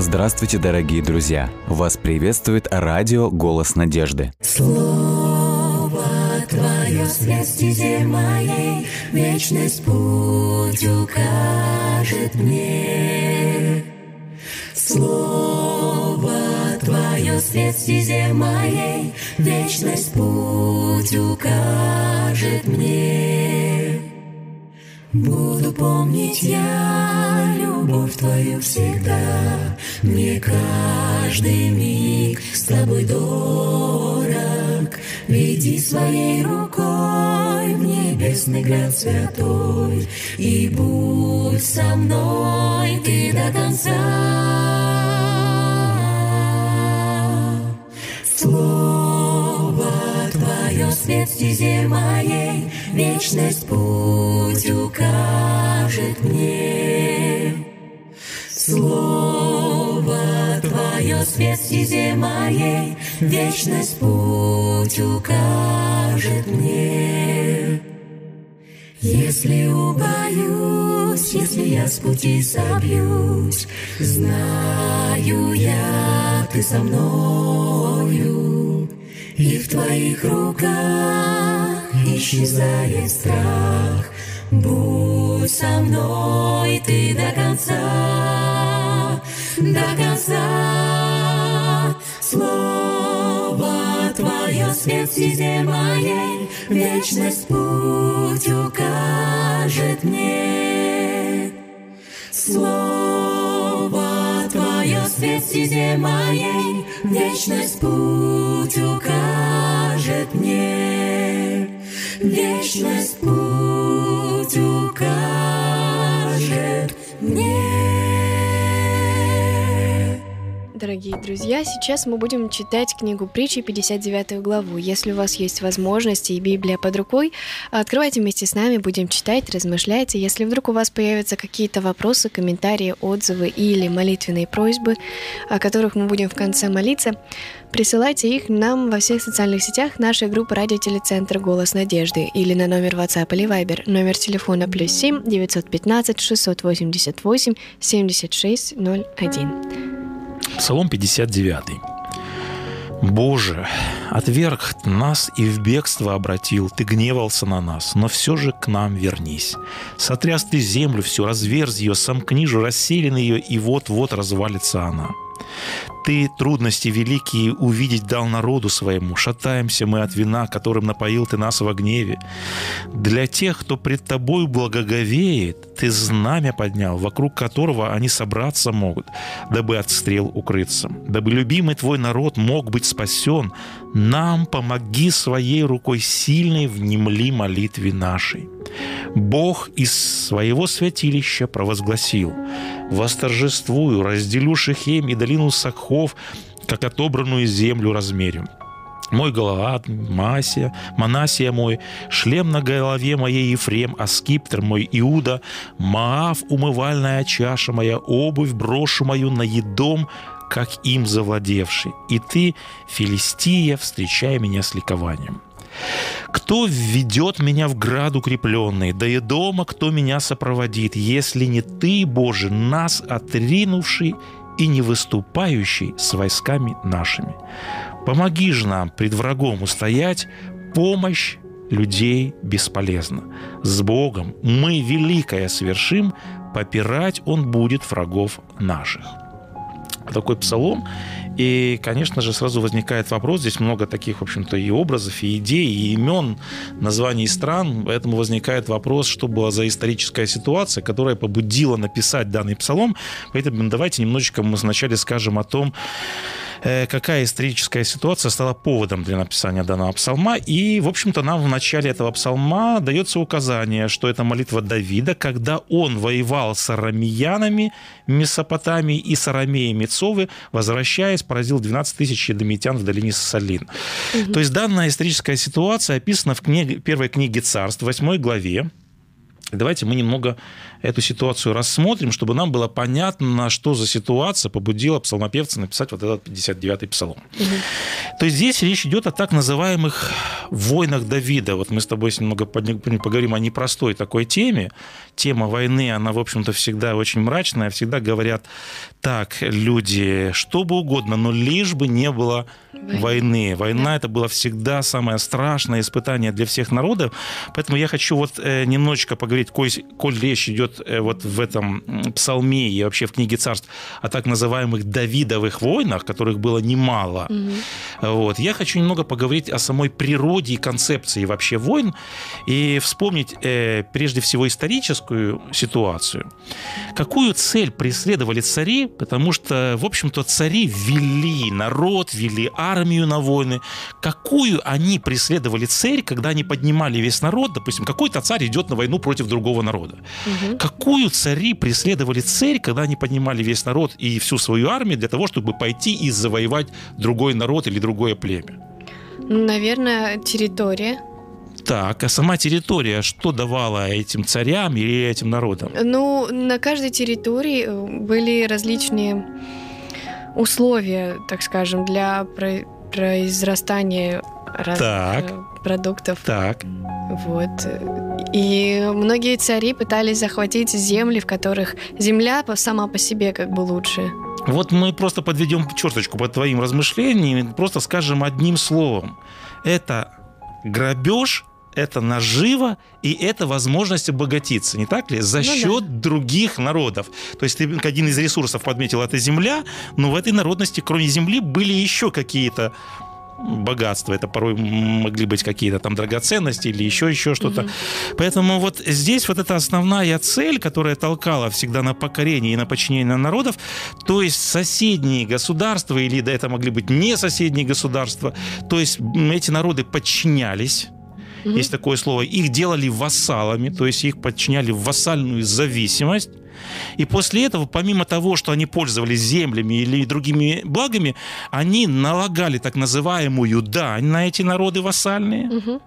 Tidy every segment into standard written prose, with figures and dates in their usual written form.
Здравствуйте, дорогие друзья! Вас приветствует радио «Голос надежды». Слово Твое, свет стезе моей, вечность путь укажет мне. Слово Твое, свет стезе моей, вечность путь укажет мне. Буду помнить я любовь Твою всегда, мне каждый миг с Тобой дорог. Веди своей рукой в небесный град святой, и будь со мной Ты до конца. Слово Твое, свет стезе моей, вечность путь укажет мне. Слово Твое, свет стезе моей, вечность путь укажет мне. Если убоюсь, если я с пути собьюсь, знаю я, Ты со мною, и в Твоих руках исчезает страх. Будь со мной Ты до конца, до конца. Слово Твое, свет стезе моей, вечность путь укажет мне. Слово Твое, свет стезе моей, вечность путь укажет мне. Вечность путь укажет мне. Дорогие друзья, сейчас мы будем читать книгу Притчи, 59 главу. Если у вас есть возможность и Библия под рукой, открывайте вместе с нами, будем читать, размышляйте. Если вдруг у вас появятся какие-то вопросы, комментарии, отзывы или молитвенные просьбы, о которых мы будем в конце молиться, присылайте их нам во всех социальных сетях нашей группы радиотелецентр «Голос надежды» или на номер WhatsApp или Viber, номер телефона +7 915 688 7601. Псалом 59. «Боже, отверг нас и в бегство обратил, Ты гневался на нас, но все же к нам вернись. Сотряс Ты землю всю, разверз ее, сомкни же, расселен ее, и вот-вот развалится она. Ты трудности великие увидеть дал народу своему. Шатаемся мы от вина, которым напоил Ты нас во гневе. Для тех, кто пред Тобою благоговеет, Ты знамя поднял, вокруг которого они собраться могут, дабы от стрел укрыться. Дабы любимый Твой народ мог быть спасен, нам помоги своей рукой сильной, внемли молитве нашей. Бог из своего святилища провозгласил: восторжествую, разделю Шихем и долину Сакхов, как отобранную землю размерю. Мой Галаад, Манасия мой, шлем на голове моей Ефрем, а скипетр мой Иуда, Моав, умывальная чаша моя, обувь брошу мою на Едом, как им завладевший. И ты, Филистия, встречай меня с ликованием. Кто введет меня в град укрепленный, да и дома кто меня сопроводит, если не Ты, Боже, нас отринувший и не выступающий с войсками нашими? Помоги же нам пред врагом устоять, помощь людей бесполезна. С Богом мы великое свершим, попирать Он будет врагов наших». Такой псалом. И, конечно же, сразу возникает вопрос, здесь много таких, в общем-то, и образов, и идей, и имен, названий стран, поэтому возникает вопрос, что была за историческая ситуация, которая побудила написать данный псалом. Поэтому давайте немножечко мы вначале скажем о том, какая историческая ситуация стала поводом для написания данного псалма. И, в общем-то, нам в начале этого псалма дается указание, что это молитва Давида, когда он воевал с арамеянами Месопотамии и с арамеями Цовы, возвращаясь, поразил 12 тысяч едомитян в долине Салин. То есть данная историческая ситуация описана в первой книге Царств, 8 главе. Давайте мы немного эту ситуацию рассмотрим, чтобы нам было понятно, что за ситуация побудила псалмопевца написать вот этот 59-й псалом. То есть здесь речь идет о так называемых войнах Давида. Вот мы с тобой немного поговорим о непростой такой теме. Тема войны, она, в общем-то, всегда очень мрачная. Всегда говорят так люди, что бы угодно, но лишь бы не было войны. Война – это было всегда самое страшное испытание для всех народов. Поэтому я хочу вот немножечко поговорить, коль речь идет вот в этом псалме и вообще в книге Царств о так называемых Давидовых войнах, которых было немало. Вот. Я хочу немного поговорить о самой природе и концепции вообще войн и вспомнить прежде всего историческую ситуацию. Какую цель преследовали цари? Потому что, в общем-то, цари вели народ, вели армию на войны. Какую они преследовали цель, когда они поднимали весь народ? Допустим, какой-то царь идет на войну против другого народа. Какую цари преследовали цель, когда они поднимали весь народ и всю свою армию для того, чтобы пойти и завоевать другой народ или другое племя? Наверное, территория. Так, а сама территория что давала этим царям или этим народам? Ну, на каждой территории были различные условия, так скажем, для произрастания разных продуктов. Так. Вот. И многие цари пытались захватить земли, в которых земля сама по себе как бы лучше. Вот мы просто подведем черточку под твоим размышлением, просто скажем одним словом. Это грабеж, это нажива и это возможность обогатиться, не так ли? За счет других народов. То есть ты один из ресурсов подметил, это земля, но в этой народности, кроме земли, были еще какие-то богатства. Это порой могли быть какие-то там драгоценности или еще что-то. Поэтому вот здесь вот эта основная цель, которая толкала всегда на покорение и на подчинение народов, то есть соседние государства, или да, это могли быть не соседние государства, то есть эти народы подчинялись. Есть такое слово. Их делали вассалами, то есть их подчиняли в вассальную зависимость. И после этого, помимо того, что они пользовались землями или другими благами, они налагали так называемую дань на эти народы вассальные.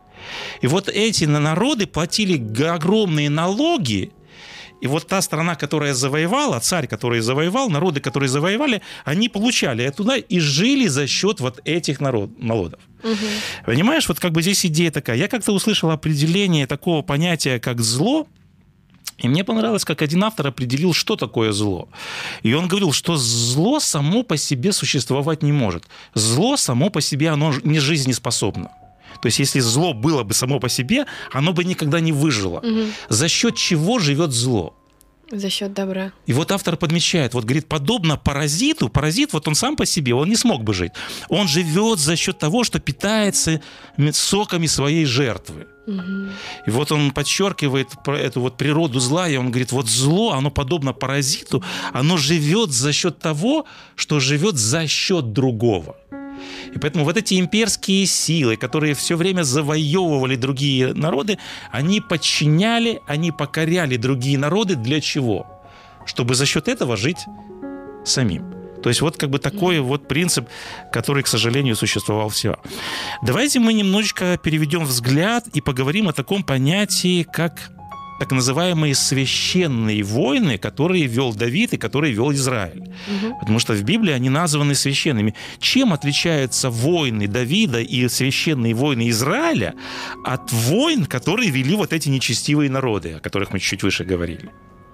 И вот эти народы платили огромные налоги. И вот та страна, которая завоевала, царь, который завоевал, народы, которые завоевали, они получали это туда и жили за счет вот этих налогов. Понимаешь, вот как бы здесь идея такая. Я как-то услышал определение такого понятия, как зло. И мне понравилось, как один автор определил, что такое зло. И он говорил, что зло само по себе существовать не может. Зло само по себе, оно не жизнеспособно. То есть, если зло было бы само по себе, оно бы никогда не выжило. За счет чего живет зло? За счет добра. И вот автор подмечает, вот говорит, подобно паразиту, паразит, вот он сам по себе, он не смог бы жить. Он живет за счет того, что питается соками своей жертвы. И вот он подчеркивает эту вот природу зла, и он говорит, вот зло, оно подобно паразиту, оно живет за счет того, что живет за счет другого. И поэтому вот эти имперские силы, которые все время завоевывали другие народы, они подчиняли, они покоряли другие народы для чего? Чтобы за счет этого жить самим. То есть вот как бы такой вот принцип, который, к сожалению, существовал всегда. Давайте мы немножечко переведем взгляд и поговорим о таком понятии, как так называемые священные войны, которые вел Давид и которые вел Израиль. Потому что в Библии они названы священными. Чем отличаются войны Давида и священные войны Израиля от войн, которые вели вот эти нечестивые народы, о которых мы чуть выше говорили?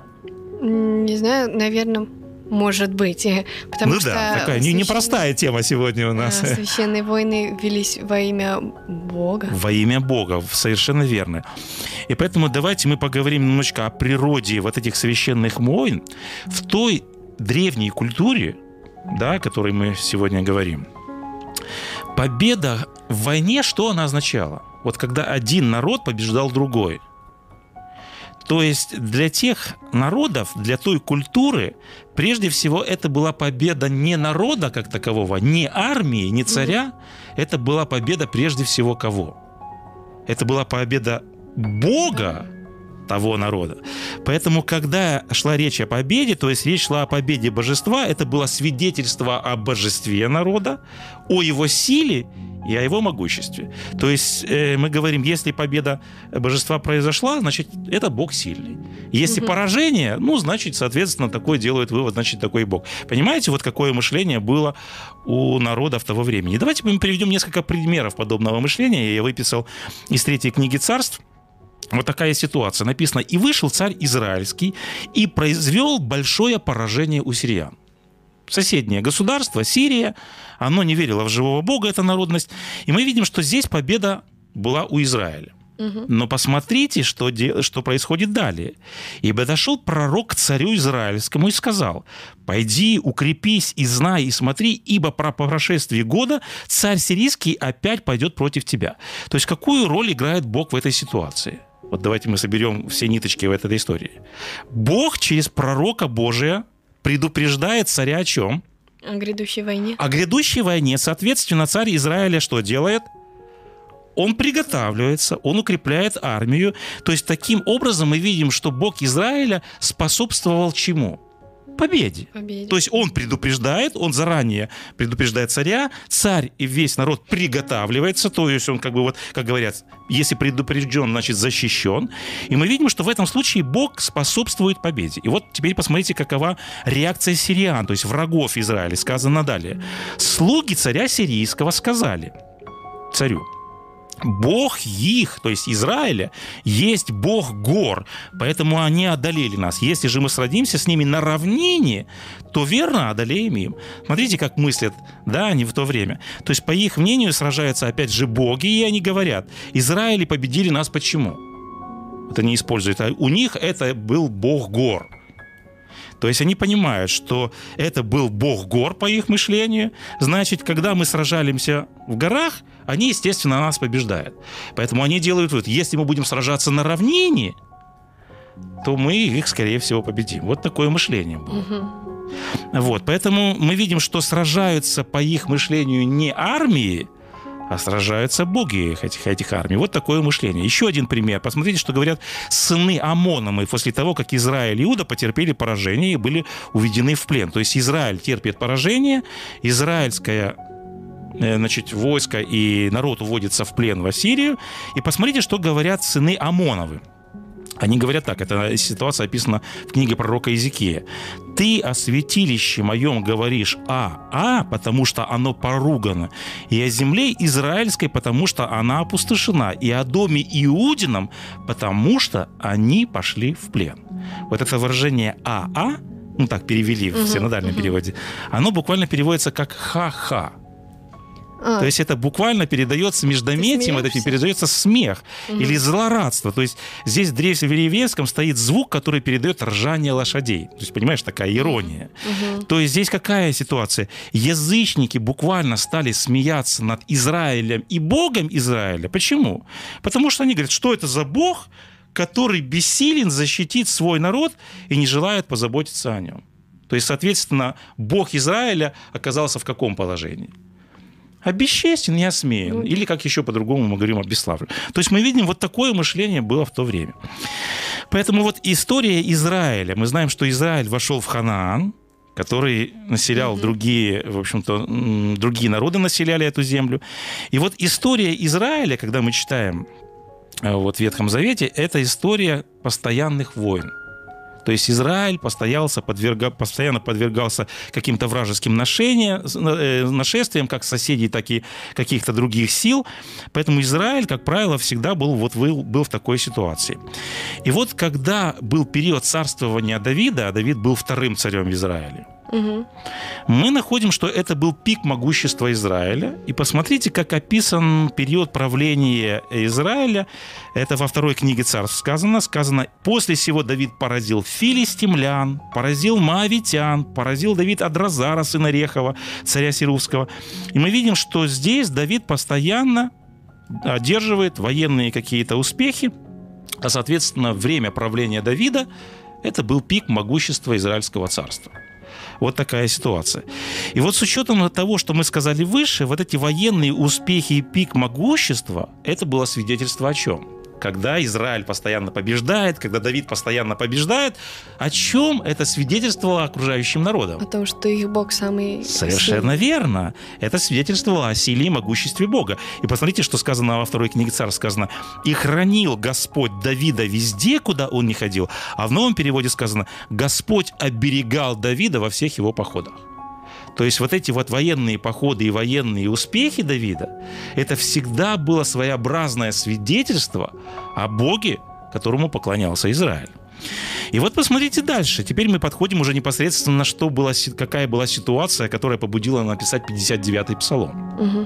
Не знаю, наверное, может быть. Потому что такая непростая тема сегодня у нас. Священные войны велись во имя Бога. Во имя Бога, совершенно верно. И поэтому давайте мы поговорим немножечко о природе вот этих священных войн в той древней культуре, да, о которой мы сегодня говорим. Победа в войне, что она означала? Вот когда один народ побеждал другой. То есть для тех народов, для той культуры, прежде всего, это была победа не народа как такового, не армии, не царя. Это была победа прежде всего кого? Это была победа Бога, того народа. Поэтому, когда шла речь о победе, то есть речь шла о победе божества, это было свидетельство о божестве народа, о его силе и о его могуществе. То есть мы говорим, если победа божества произошла, значит, это Бог сильный. Если поражение, ну, значит, соответственно, такой делает вывод, значит, такой Бог. Понимаете, вот какое мышление было у народов того времени. Давайте мы приведем несколько примеров подобного мышления. Я выписал из 3 книги Царств. Вот такая ситуация. Написано: «И вышел царь Израильский и произвел большое поражение у сириян». Соседнее государство, Сирия, оно не верило в живого Бога, эта народность. И мы видим, что здесь победа была у Израиля. Но посмотрите, что происходит далее. «Ибо дошел пророк к царю Израильскому и сказал: пойди, укрепись и знай, и смотри, ибо по прошествии года царь сирийский опять пойдет против тебя». То есть какую роль играет Бог в этой ситуации? Вот давайте мы соберем все ниточки в этой истории. Бог через пророка Божия предупреждает царя о чем? О грядущей войне. О грядущей войне. Соответственно, царь Израиля что делает? Он приготавливается, он укрепляет армию. То есть таким образом мы видим, что Бог Израиля способствовал чему? Победе. То есть он предупреждает, он заранее предупреждает царя, царь и весь народ приготавливается, то есть он как бы вот, как говорят, если предупрежден, значит защищен. И мы видим, что в этом случае Бог способствует победе. И вот теперь посмотрите, какова реакция сириян, то есть врагов Израиля. Сказано далее: «Слуги царя сирийского сказали царю: Бог их, то есть Израиля, есть Бог гор, поэтому они одолели нас. Если же мы сразимся с ними на равнине, то верно одолеем им». Смотрите, как мыслят, да, они в то время. То есть, по их мнению, сражаются опять же боги, и они говорят: Израиль победили нас почему? Вот они используют, а у них это был Бог гор. То есть они понимают, что это был Бог гор, по их мышлению. Значит, когда мы сражаемся в горах, они, естественно, нас побеждают. Поэтому они делают вывод: если мы будем сражаться на равнине, то мы их, скорее всего, победим. Вот такое мышление было. Вот, поэтому мы видим, что сражаются, по их мышлению, не армии, а сражаются боги этих армий. Вот такое мышление. Еще один пример. Посмотрите, что говорят сыны Амоновы после того, как Израиль и Иуда потерпели поражение и были уведены в плен. То есть Израиль терпит поражение, израильское, значит, войско и народ уводится в плен в Ассирию. И посмотрите, что говорят сыны Амоновы. Они говорят так, эта ситуация описана в книге пророка Иезекия. «Ты о святилище моем говоришь потому что оно поругано, и о земле израильской, потому что она опустошена, и о доме Иудином, потому что они пошли в плен». Вот это выражение ну так перевели в синодальном переводе, оно буквально переводится как «ха-ха». То есть это буквально передается междометием, это передается смех или злорадство. То есть здесь в древнееврейском стоит звук, который передает ржание лошадей. То есть, понимаешь, такая ирония. То есть здесь какая ситуация? Язычники буквально стали смеяться над Израилем и Богом Израиля. Почему? Потому что они говорят, что это за Бог, который бессилен защитить свой народ и не желает позаботиться о нем. То есть, соответственно, Бог Израиля оказался в каком положении? Обесчестен, не осмеян. Или, как еще по-другому мы говорим, обесславлен. То есть мы видим, вот такое мышление было в то время. Поэтому вот история Израиля. Мы знаем, что Израиль вошел в Ханаан, который населял другие, в общем-то, другие народы населяли эту землю. И вот история Израиля, когда мы читаем вот в Ветхом Завете, это история постоянных войн. То есть Израиль постоянно подвергался каким-то вражеским нашествиям, как соседей, так и каких-то других сил. Поэтому Израиль, как правило, всегда был в такой ситуации. И вот когда был период царствования Давида, а Давид был вторым царем в Израиле, мы находим, что это был пик могущества Израиля. И посмотрите, как описан период правления Израиля. Это во 2 книге Царств сказано: «После сего Давид поразил филистимлян, поразил моавитян, поразил Давид Адразара, сына Рехова, царя Сирувского». И мы видим, что здесь Давид постоянно одерживает военные какие-то успехи, а, соответственно, время правления Давида – это был пик могущества Израильского царства. Вот такая ситуация. И вот с учетом того, что мы сказали выше, вот эти военные успехи и пик могущества, это было свидетельство о чем? когда Израиль постоянно побеждает, когда Давид постоянно побеждает. О чем это свидетельствовало окружающим народам? О том, что их Бог самый Совершенно верно. Это свидетельствовало о силе и могуществе Бога. И посмотрите, что сказано во второй книге Царств. Сказано: «И хранил Господь Давида везде, куда он не ходил». А в новом переводе сказано: «Господь оберегал Давида во всех его походах». То есть вот эти вот военные походы и военные успехи Давида, это всегда было своеобразное свидетельство о Боге, которому поклонялся Израиль. И вот посмотрите дальше. Теперь мы подходим уже непосредственно на что была, какая была ситуация, которая побудила написать 59-й псалом. Угу.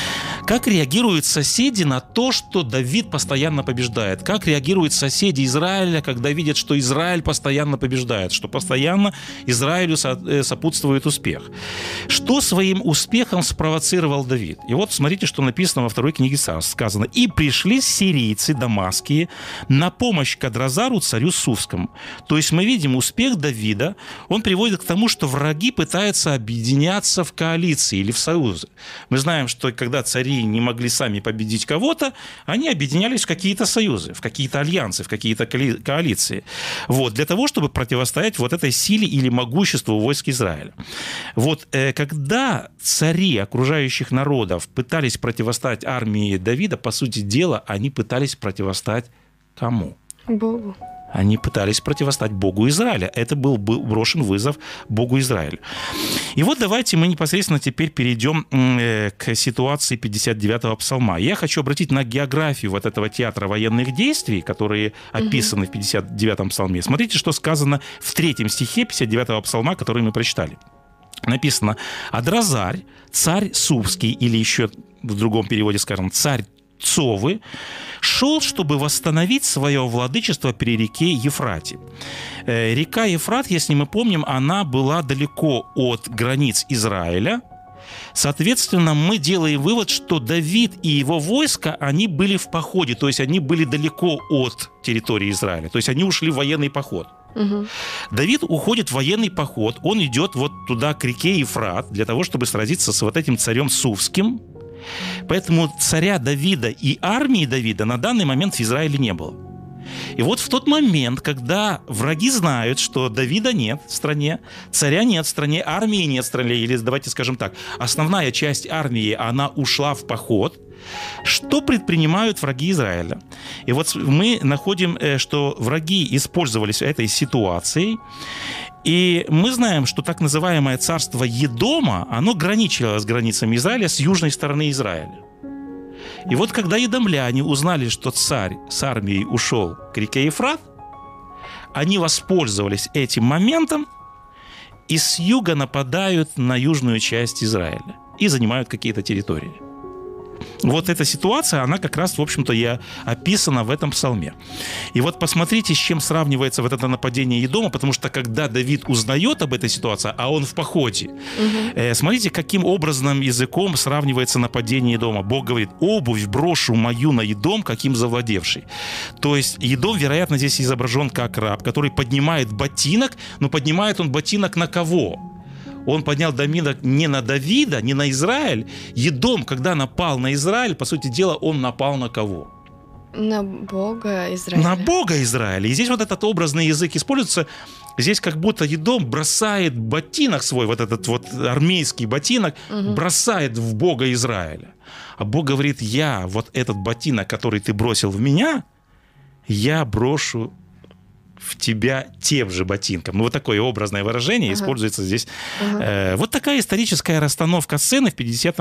Как реагируют соседи на то, что Давид постоянно побеждает? Как реагируют соседи Израиля, когда видят, что Израиль постоянно побеждает, что постоянно Израилю сопутствует успех? Что своим успехом спровоцировал Давид? И вот смотрите, что написано во второй книге Царств. Сказано: «И пришли сирийцы дамасские на помощь Кадразару, царю Сувскому». То есть мы видим успех Давида, он приводит к тому, что враги пытаются объединяться в коалиции или в союзы. Мы знаем, что когда цари не могли сами победить кого-то, они объединялись в какие-то союзы, в какие-то альянсы, в какие-то коалиции. Вот, для того, чтобы противостоять вот этой силе или могуществу войск Израиля. Вот, когда цари окружающих народов пытались противостоять армии Давида, по сути дела, они пытались противостоять кому? Богу. Они пытались противостоять Богу Израиля. Это был брошен вызов Богу Израиля. И вот давайте мы непосредственно теперь перейдем к ситуации 59-го псалма. Я хочу обратить на географию вот этого театра военных действий, которые описаны в 59-м псалме. Смотрите, что сказано в 3 стихе 59-го псалма, который мы прочитали. Написано: «Адразарь, царь Сувский», или еще в другом переводе скажем «царь Цовы, шел, чтобы восстановить свое владычество при реке Ефрате». Река Ефрат, если мы помним, она была далеко от границ Израиля. Соответственно, мы делаем вывод, что Давид и его войско, они были в походе, то есть они были далеко от территории Израиля, то есть они ушли в военный поход. Угу. Давид уходит в военный поход, он идет вот туда, к реке Ефрат, для того, чтобы сразиться с вот этим царем Сувским. Поэтому царя Давида и армии Давида на данный момент в Израиле не было. И вот в тот момент, когда враги знают, что Давида нет в стране, царя нет в стране, армии нет в стране, или давайте скажем так, основная часть армии, она ушла в поход, что предпринимают враги Израиля? И вот мы находим, что враги использовались этой ситуацией. И мы знаем, что так называемое царство Едома, оно граничило с границами Израиля с южной стороны Израиля. И вот когда едомляне узнали, что царь с армией ушел к реке Ефрат, они воспользовались этим моментом и с юга нападают на южную часть Израиля и занимают какие-то территории. Вот эта ситуация, она как раз, в общем-то, и описана в этом псалме. И вот посмотрите, с чем сравнивается вот это нападение Едома, потому что когда Давид узнает об этой ситуации, а он в походе, смотрите, каким образным языком сравнивается нападение Едома. Бог говорит: «Обувь брошу мою на Едом, каким завладевший». То есть Едом, вероятно, здесь изображен как раб, который поднимает ботинок, но поднимает он ботинок на кого? Он поднял ботинок не на Давида, не на Израиль. Едом, когда напал на Израиль, по сути дела, он напал на кого? На Бога Израиля. На Бога Израиля. И здесь вот этот образный язык используется. Здесь как будто Едом бросает ботинок свой, вот этот вот армейский ботинок, бросает в Бога Израиля. А Бог говорит: я вот этот ботинок, который ты бросил в меня, я брошу в тебя тем же ботинком. Ну, вот такое образное выражение используется здесь. Вот такая историческая расстановка сцены в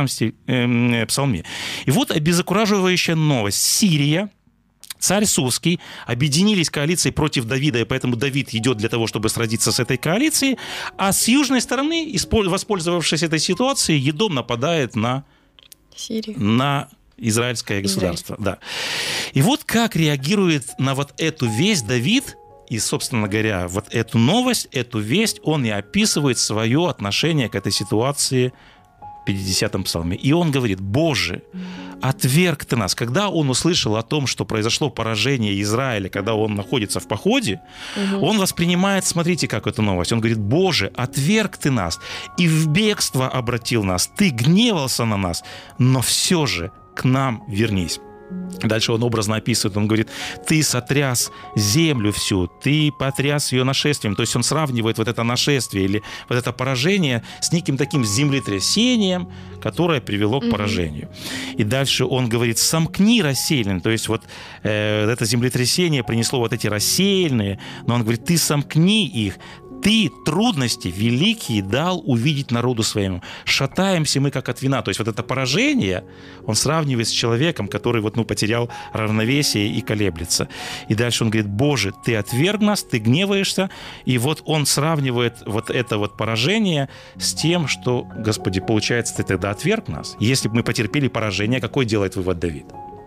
50-м псалме. И вот обезокураживающая новость. Сирия, царь Сувский объединились коалицией против Давида, и поэтому Давид идет для того, чтобы сразиться с этой коалицией, а с южной стороны, воспользовавшись этой ситуацией, Едом нападает на Сирию. На израильское государство. Да. И вот как реагирует на вот эту весть Давид. И, собственно говоря, вот эту новость, эту весть, он и описывает свое отношение к этой ситуации в 50-м псалме. И он говорит: «Боже, отверг ты нас». Когда он услышал о том, что произошло поражение Израиля, когда он находится в походе, он воспринимает, смотрите, как эту новость. Он говорит: «Боже, отверг ты нас и в бегство обратил нас. Ты гневался на нас, но все же к нам вернись». Дальше он образно описывает, он говорит, ты сотряс землю всю, ты потряс ее нашествием. То есть он сравнивает вот это нашествие или вот это поражение с неким таким землетрясением, которое привело к поражению. И дальше он говорит, сомкни рассеянным. То есть вот это землетрясение принесло вот эти рассеянные, но он говорит, ты сомкни их. Ты трудности великие дал увидеть народу своему. Шатаемся мы, как от вина. То есть вот это поражение он сравнивает с человеком, который вот, потерял равновесие и колеблется. И дальше он говорит, Боже, ты отверг нас, ты гневаешься. И вот он сравнивает вот это вот поражение с тем, что, Господи, получается, ты тогда отверг нас. Если бы мы потерпели поражение, какой делает вывод Давид?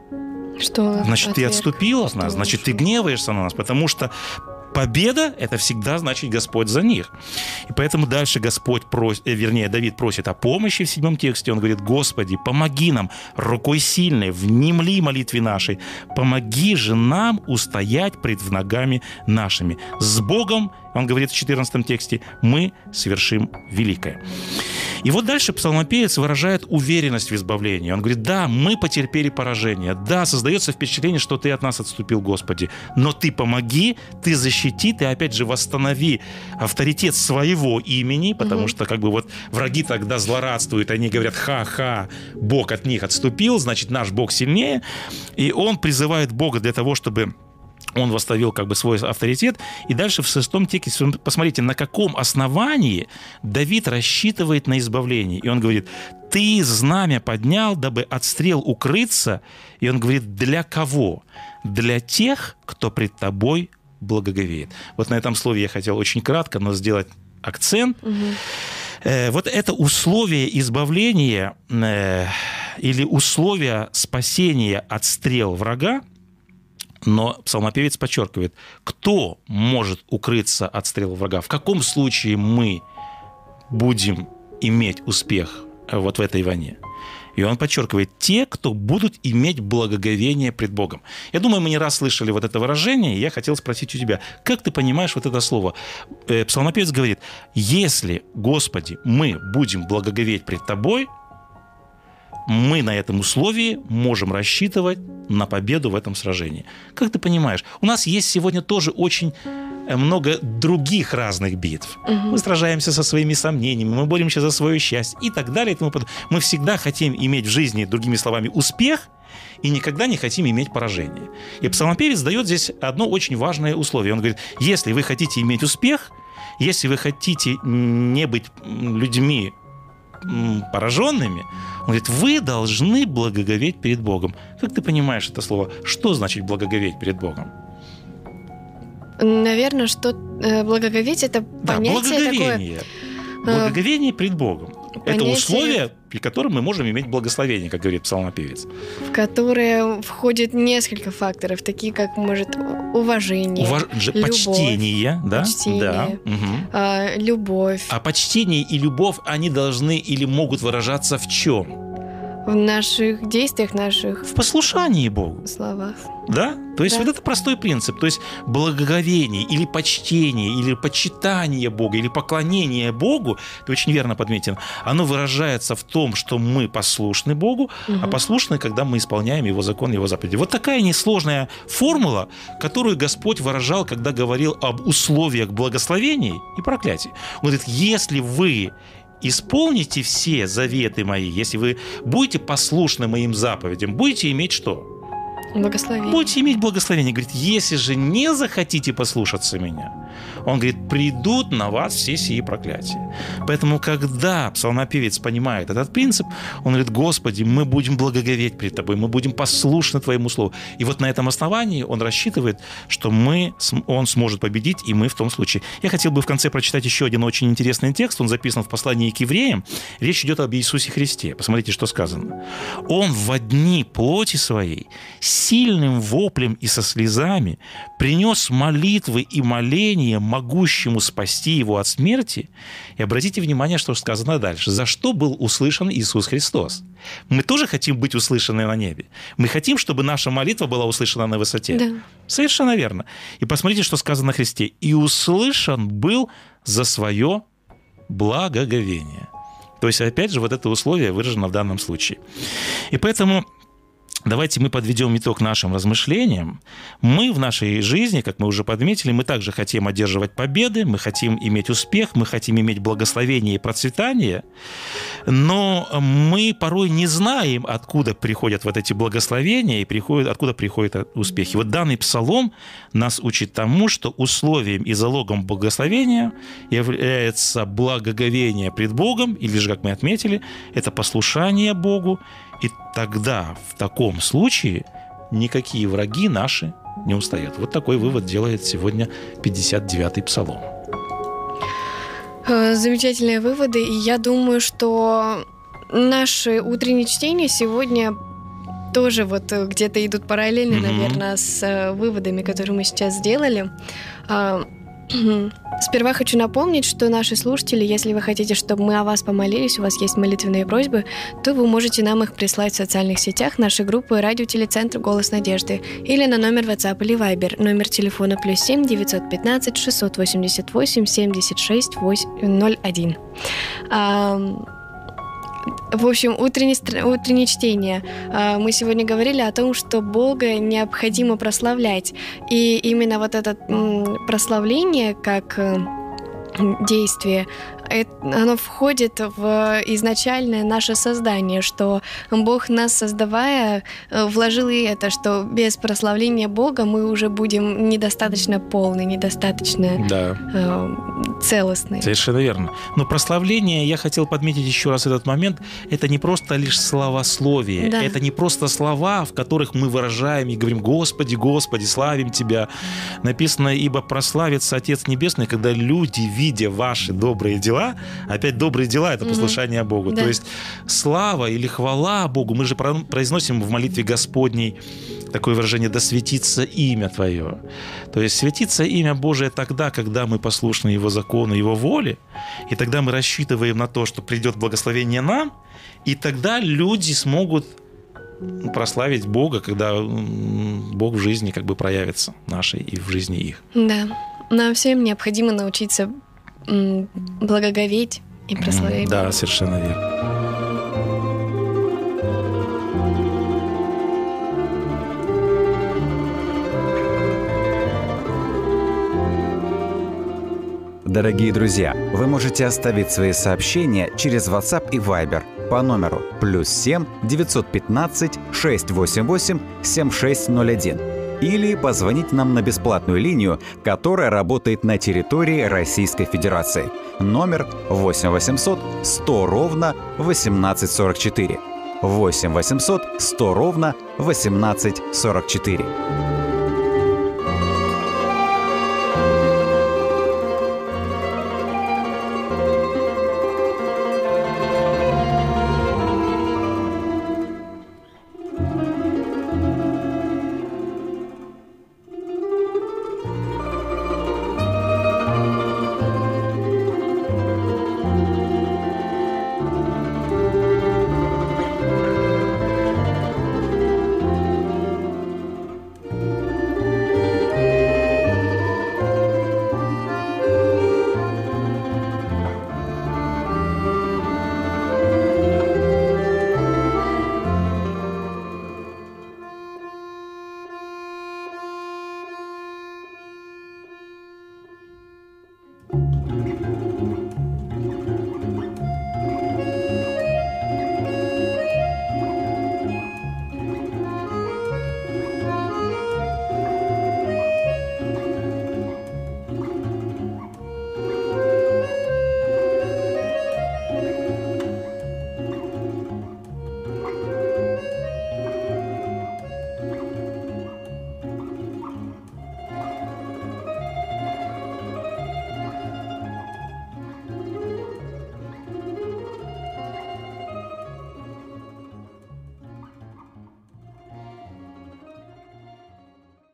Что значит, ты отступил от нас, значит, ты гневаешься на нас, потому что победа – это всегда значит Господь за них. И поэтому дальше Давид просит о помощи в 7 тексте. Он говорит, Господи, помоги нам рукой сильной, внемли молитве нашей, помоги же нам устоять пред ногами нашими. С Богом, он говорит в 14 тексте, мы совершим великое. И вот дальше псалмопевец выражает уверенность в избавлении. Он говорит, да, мы потерпели поражение, да, создается впечатление, что ты от нас отступил, Господи, но ты помоги, ты защити, ты опять же восстанови авторитет своего имени, потому что как бы вот враги тогда злорадствуют, они говорят, ха-ха, Бог от них отступил, значит, наш Бог сильнее. И он призывает Бога для того, чтобы он восстановил как бы свой авторитет. И дальше в 6 тексте, посмотрите, на каком основании Давид рассчитывает на избавление. И он говорит, ты знамя поднял, дабы от стрел укрыться. И он говорит, для кого? Для тех, кто пред тобой благоговеет. Вот на этом слове я хотел очень кратко, но сделать акцент. Вот это условие избавления или условие спасения от стрел врага. Но псалмопевец подчеркивает, кто может укрыться от стрел врага, в каком случае мы будем иметь успех вот в этой войне. И он подчеркивает, те, кто будут иметь благоговение пред Богом. Я думаю, мы не раз слышали вот это выражение, и я хотел спросить у тебя, как ты понимаешь вот это слово? Псалмопевец говорит, если, Господи, мы будем благоговеть пред Тобой, мы на этом условии можем рассчитывать на победу в этом сражении. Как ты понимаешь, у нас есть сегодня тоже очень много других разных битв. Мы сражаемся со своими сомнениями, мы боремся за свое счастье и так далее. И тому подобное. Мы всегда хотим иметь в жизни, другими словами, успех и никогда не хотим иметь поражение. И псалмопевец дает здесь одно очень важное условие. Он говорит, если вы хотите иметь успех, если вы хотите не быть людьми пораженными, он говорит, вы должны благоговеть перед Богом. Как ты понимаешь это слово? Что значит благоговеть перед Богом? Наверное, что благоговеть – это понятие благоговение. Такое... Благоговение перед Богом. Понятие... Это условие, при котором мы можем иметь благословение, как говорит псалмопевец. В которое входит несколько факторов, такие как, может, уважение, любовь, почтение, да? Да. Любовь. А почтение и любовь, они должны или могут выражаться в чем? В наших действиях, в послушании Богу. Словах. Да? То есть вот это простой принцип. То есть благоговение или почтение, или почитание Бога, или поклонение Богу, ты очень верно подметил, оно выражается в том, что мы послушны Богу, а послушны, когда мы исполняем Его закон, Его заповеди. Вот такая несложная формула, которую Господь выражал, когда говорил об условиях благословений и проклятий. Он говорит, если вы исполните все заветы мои, если вы будете послушны моим заповедям, будете иметь что? Благословение. Будете иметь благословение. Говорит, если же не захотите послушаться меня, он говорит, придут на вас все сии проклятия. Поэтому, когда псалмопевец понимает этот принцип, он говорит, Господи, мы будем благоговеть перед Тобой, мы будем послушны Твоему слову. И вот на этом основании он рассчитывает, что он сможет победить, и мы в том случае. Я хотел бы в конце прочитать еще один очень интересный текст, он записан в послании к евреям. Речь идет об Иисусе Христе. Посмотрите, что сказано. Он во дни плоти своей сильным воплем и со слезами принес молитвы и моления могущему спасти его от смерти. И обратите внимание, что сказано дальше. За что был услышан Иисус Христос? Мы тоже хотим быть услышаны на небе. Мы хотим, чтобы наша молитва была услышана на высоте. Да. Совершенно верно. И посмотрите, что сказано о Христе. «И услышан был за свое благоговение». То есть, опять же, вот это условие выражено в данном случае. И поэтому давайте мы подведем итог нашим размышлениям. Мы в нашей жизни, как мы уже подметили, мы также хотим одерживать победы, мы хотим иметь успех, мы хотим иметь благословение и процветание, но мы порой не знаем, откуда приходят вот эти благословения и откуда приходят успехи. Вот данный псалом нас учит тому, что условием и залогом благословения является благоговение пред Богом, или же, как мы отметили, это послушание Богу. И тогда, в таком случае, никакие враги наши не устоят. Вот такой вывод делает сегодня 59-й псалом. Замечательные выводы. И я думаю, что наши утренние чтения сегодня тоже вот где-то идут параллельно, наверное, с выводами, которые мы сейчас сделали. Сперва хочу напомнить, что наши слушатели, если вы хотите, чтобы мы о вас помолились, у вас есть молитвенные просьбы, то вы можете нам их прислать в социальных сетях нашей группы «Радиотелецентр Голос Надежды» или на номер WhatsApp или Viber, номер телефона +7 915 688 76 01. В общем, утреннее чтение. Мы сегодня говорили о том, что Бога необходимо прославлять. И именно вот это прославление как действие, оно входит в изначальное наше создание, что Бог нас создавая вложил и это, что без прославления Бога мы уже будем недостаточно полны, недостаточно целостны. Совершенно верно. Но прославление, я хотел подметить еще раз этот момент, это не просто лишь словословие, это не просто слова, в которых мы выражаем и говорим: «Господи, Господи, славим Тебя». Написано: «Ибо прославится Отец Небесный, когда люди, видя ваши добрые дела». Опять добрые дела – это послушание Богу. То есть слава или хвала Богу, мы же произносим в молитве Господней такое выражение: «Да светится имя Твое». То есть светится имя Божие тогда, когда мы послушны Его закону, Его воле, и тогда мы рассчитываем на то, что придет благословение нам, и тогда люди смогут прославить Бога, когда Бог в жизни как бы проявится нашей и в жизни их. Да, нам всем необходимо научиться благоговеть и прославить. Да, совершенно верно. Дорогие друзья, вы можете оставить свои сообщения через WhatsApp и Viber по номеру +7 915 688 7601 или позвонить нам на бесплатную линию, которая работает на территории Российской Федерации. Номер 8 800 100 ровно 1844. 8 800 100 ровно 1844.